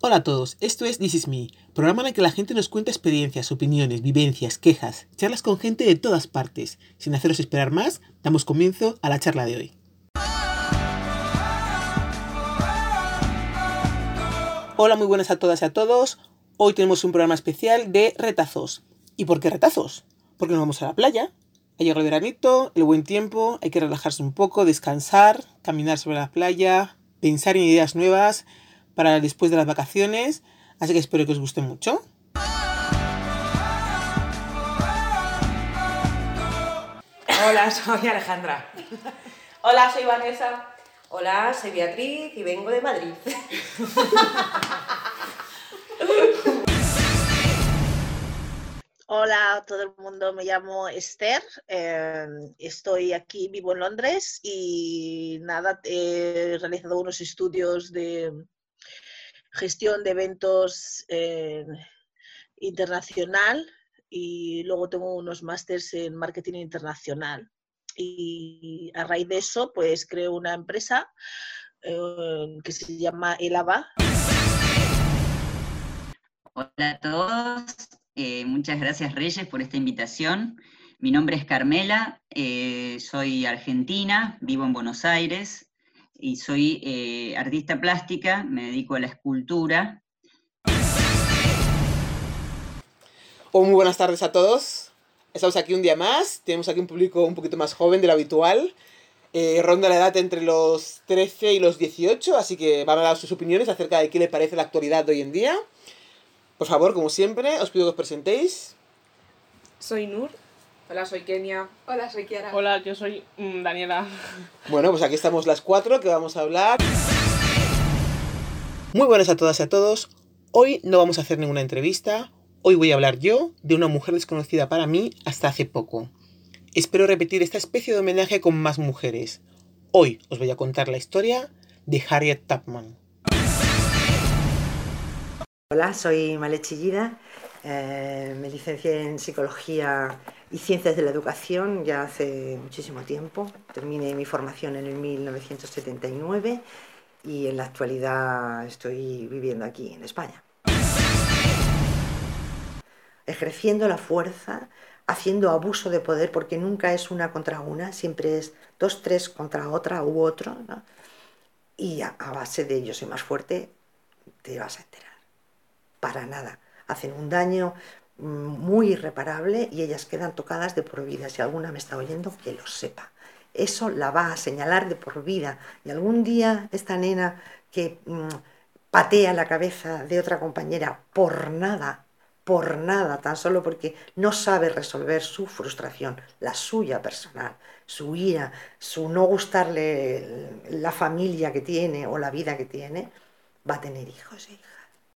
Hola a todos, esto es This Is Me, programa en el que la gente nos cuenta experiencias, opiniones, vivencias, quejas, charlas con gente de todas partes. Sin haceros esperar más, damos comienzo a la charla de hoy. Hola, muy buenas a todas y a todos. Hoy tenemos un programa especial de retazos. ¿Y por qué retazos? Porque nos vamos a la playa, ha llegado el veranito, el buen tiempo, hay que relajarse un poco, descansar, caminar sobre la playa, pensar en ideas nuevas para después de las vacaciones, así que espero que os guste mucho. Hola, soy Alejandra. Hola, soy Vanessa. Hola, soy Beatriz y vengo de Madrid. Hola a todo el mundo, me llamo Esther, estoy aquí, vivo en Londres y nada, he realizado unos estudios de gestión de eventos internacional y luego tengo unos másters en marketing internacional. Y a raíz de eso, pues creo una empresa que se llama Elava. Hola a todos, muchas gracias Reyes por esta invitación. Mi nombre es Carmela, soy argentina, vivo en Buenos Aires y soy artista plástica, me dedico a la escultura. Muy buenas tardes a todos. Estamos aquí un día más, tenemos aquí un público un poquito más joven de lo habitual. Ronda la edad entre los 13 y los 18, así que van a dar sus opiniones acerca de qué le parece la actualidad de hoy en día. Por favor, como siempre, os pido que os presentéis. Soy Nur. Hola, soy Kenia. Hola, soy Kiara. Hola, yo soy Daniela. Bueno, pues aquí estamos las cuatro que vamos a hablar. Muy buenas a todas y a todos. Hoy no vamos a hacer ninguna entrevista. Hoy voy a hablar yo de una mujer desconocida para mí hasta hace poco. Espero repetir esta especie de homenaje con más mujeres. Hoy os voy a contar la historia de Harriet Tubman. Hola, soy Male Chillida, me licencié en Psicología y Ciencias de la Educación ya hace muchísimo tiempo. Terminé mi formación en el 1979 y en la actualidad estoy viviendo aquí en España. Ejerciendo la fuerza, haciendo abuso de poder, porque nunca es una contra una, siempre es 2, 3 contra otra u otro, ¿no? Y a base de yo soy más fuerte, te vas a enterar. Para nada. Hacen un daño muy irreparable y ellas quedan tocadas de por vida. Si alguna me está oyendo, que lo sepa. Eso la va a señalar de por vida. Y algún día esta nena que patea la cabeza de otra compañera por nada, tan solo porque no sabe resolver su frustración, la suya personal, su ira, su no gustarle la familia que tiene o la vida que tiene, va a tener hijos e hijas.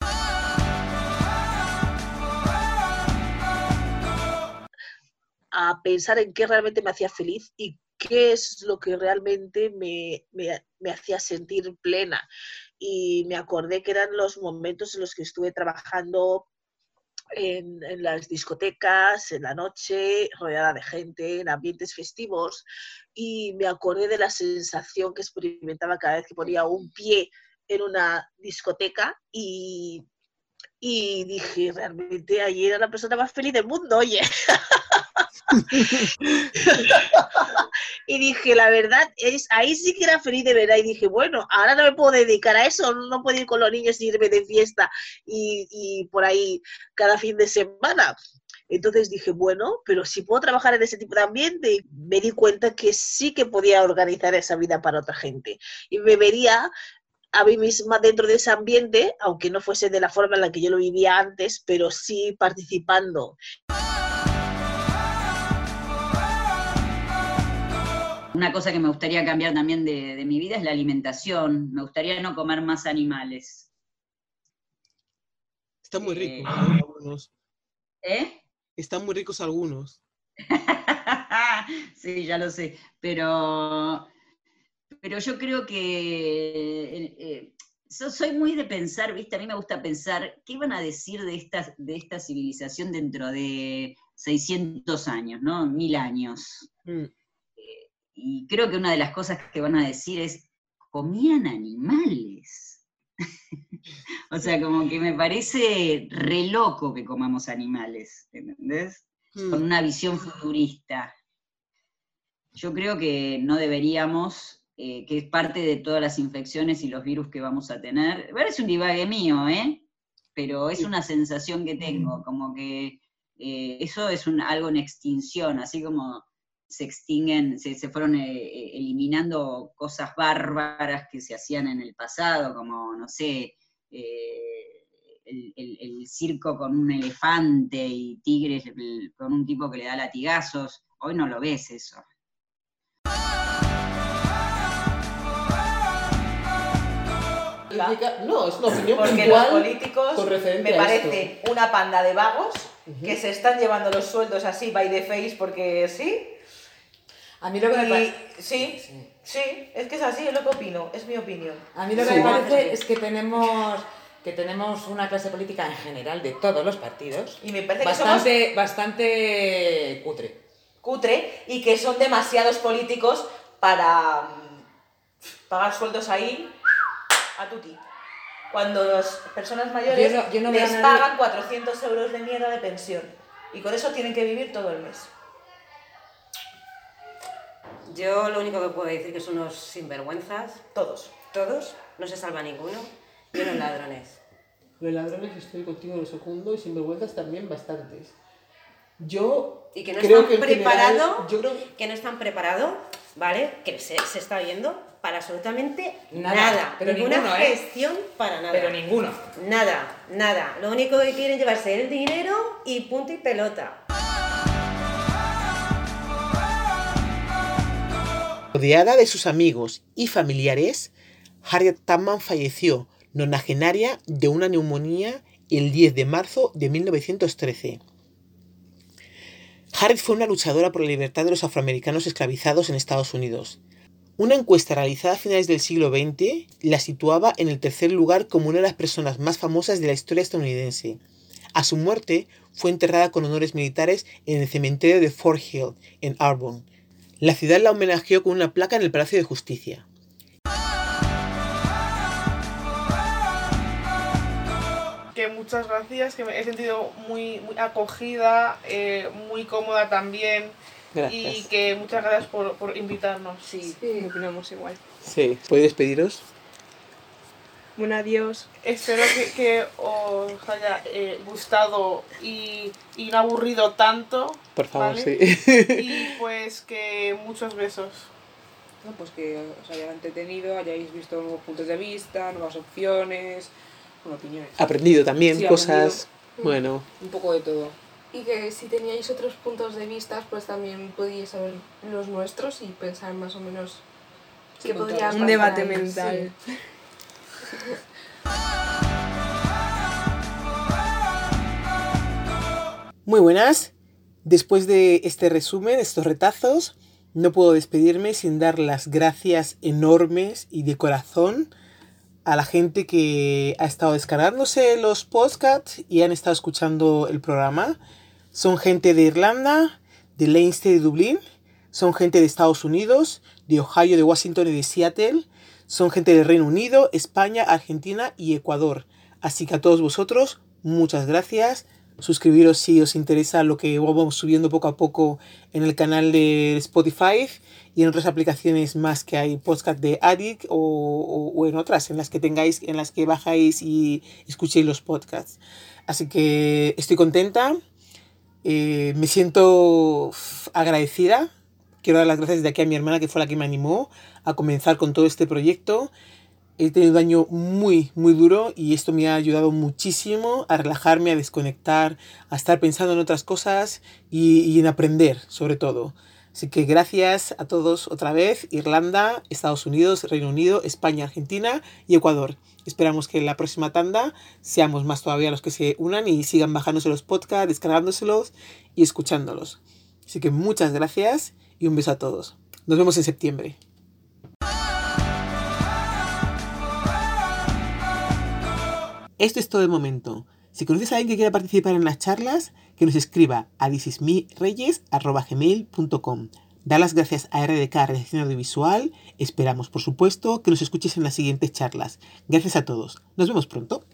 A pensar en qué realmente me hacía feliz y qué es lo que realmente me hacía sentir plena. Y me acordé que eran los momentos en los que estuve trabajando en las discotecas, en la noche, rodeada de gente, en ambientes festivos, y me acordé de la sensación que experimentaba cada vez que ponía un pie en una discoteca y dije, realmente ayer era la persona más feliz del mundo, oye. Y dije, la verdad, ahí sí que era feliz de verdad. Y dije, bueno, ahora no me puedo dedicar a eso, no puedo ir con los niños y irme de fiesta y por ahí cada fin de semana. Entonces dije, bueno, pero si puedo trabajar en ese tipo de ambiente, y me di cuenta que sí que podía organizar esa vida para otra gente. Y me vería a mí misma dentro de ese ambiente, aunque no fuese de la forma en la que yo lo vivía antes, pero sí participando. Una cosa que me gustaría cambiar también de mi vida es la alimentación. Me gustaría no comer más animales. Están muy ricos algunos. Están muy ricos algunos. Sí, ya lo sé. Pero yo creo que soy muy de pensar, ¿viste? A mí me gusta pensar qué van a decir de esta civilización dentro de 600 años, ¿no? 1000 años. Y creo que una de las cosas que van a decir es, comían animales. O O sea, como que me parece re loco que comamos animales, ¿entendés? Con una visión futurista. Yo creo que no deberíamos, que es parte de todas las infecciones y los virus que vamos a tener. Es un divague mío, pero es una sensación que tengo, como que eso es algo en extinción, así como se extinguen, se fueron eliminando cosas bárbaras que se hacían en el pasado, como, no sé, el circo con un elefante y tigres con un tipo que le da latigazos. Hoy no lo ves eso. No, es una opinión Porque puntual los políticos con referente me a parece una panda de vagos que se están llevando los sueldos así by the face porque sí. A mí lo que me parece... Sí, es que es así, es lo que opino, es mi opinión. A mí lo que me parece es que tenemos una clase política en general de todos los partidos Y me parece bastante cutre y que son demasiados políticos para pagar sueldos ahí a tutti. Cuando las personas mayores yo no veo les a nadie... pagan 400 euros de mierda de pensión y con eso tienen que vivir todo el mes. Yo lo único que puedo decir que son unos sinvergüenzas, Todos. no se salva ninguno, y unos ladrones. Los ladrones estoy contigo en lo segundo y sinvergüenzas también bastantes. Y que no creo están preparados, yo creo... que no están preparados, ¿vale? Que se está viendo para absolutamente Nada, nada. pero Ninguna ninguno, gestión para nada. Pero ninguno. Nada. Lo único que quieren llevarse es el dinero y punto y pelota. Rodeada de sus amigos y familiares, Harriet Tubman falleció nonagenaria de una neumonía el 10 de marzo de 1913. Harriet fue una luchadora por la libertad de los afroamericanos esclavizados en Estados Unidos. Una encuesta realizada a finales del siglo XX la situaba en el tercer lugar como una de las personas más famosas de la historia estadounidense. A su muerte fue enterrada con honores militares en el cementerio de Fort Hill, en Auburn. La ciudad la homenajeó con una placa en el Palacio de Justicia. Que muchas gracias, que me he sentido muy acogida, muy cómoda también. Gracias. Y que muchas gracias por invitarnos. Sí, opinamos igual. Sí. ¿Podéis despediros? Bueno, adiós. Espero que os haya gustado y no aburrido tanto. Por favor, ¿vale? sí. Y pues que muchos besos. No, pues que os haya entretenido, hayáis visto nuevos puntos de vista, nuevas opciones, opiniones. Aprendido también Sí, cosas. aprendido. Bueno. Un poco de todo. Y que si teníais otros puntos de vista, pues también podíais saber los nuestros y pensar más o menos qué podría Un debate pasar ahí. mental. Sí. Muy buenas. Después de este resumen, estos retazos, no puedo despedirme sin dar las gracias enormes y de corazón a la gente que ha estado descargándose los podcasts y han estado escuchando el programa. Son gente de Irlanda, de Leinster y Dublín, son gente de Estados Unidos, de Ohio, de Washington y de Seattle, son gente del Reino Unido, España, Argentina y Ecuador. Así que a todos vosotros, muchas gracias. Suscribiros si os interesa lo que vamos subiendo poco a poco en el canal de Spotify y en otras aplicaciones más que hay, podcast de Addict o en otras en las que tengáis, en las que bajáis y escuchéis los podcasts. Así que estoy contenta, me siento agradecida. Quiero dar las gracias desde aquí a mi hermana, que fue la que me animó a comenzar con todo este proyecto. He tenido un año muy duro y esto me ha ayudado muchísimo a relajarme, a desconectar, a estar pensando en otras cosas y en aprender, sobre todo. Así que gracias a todos otra vez, Irlanda, Estados Unidos, Reino Unido, España, Argentina y Ecuador. Esperamos que en la próxima tanda seamos más todavía los que se unan y sigan bajándose los podcasts, descargándoselos y escuchándolos. Así que muchas gracias y un beso a todos. Nos vemos en septiembre. Esto es todo de momento. Si conoces a alguien que quiera participar en las charlas, que nos escriba a thisismereyes@gmail.com. Da las gracias a RDK Redacción Audiovisual. Esperamos, por supuesto, que nos escuches en las siguientes charlas. Gracias a todos. Nos vemos pronto.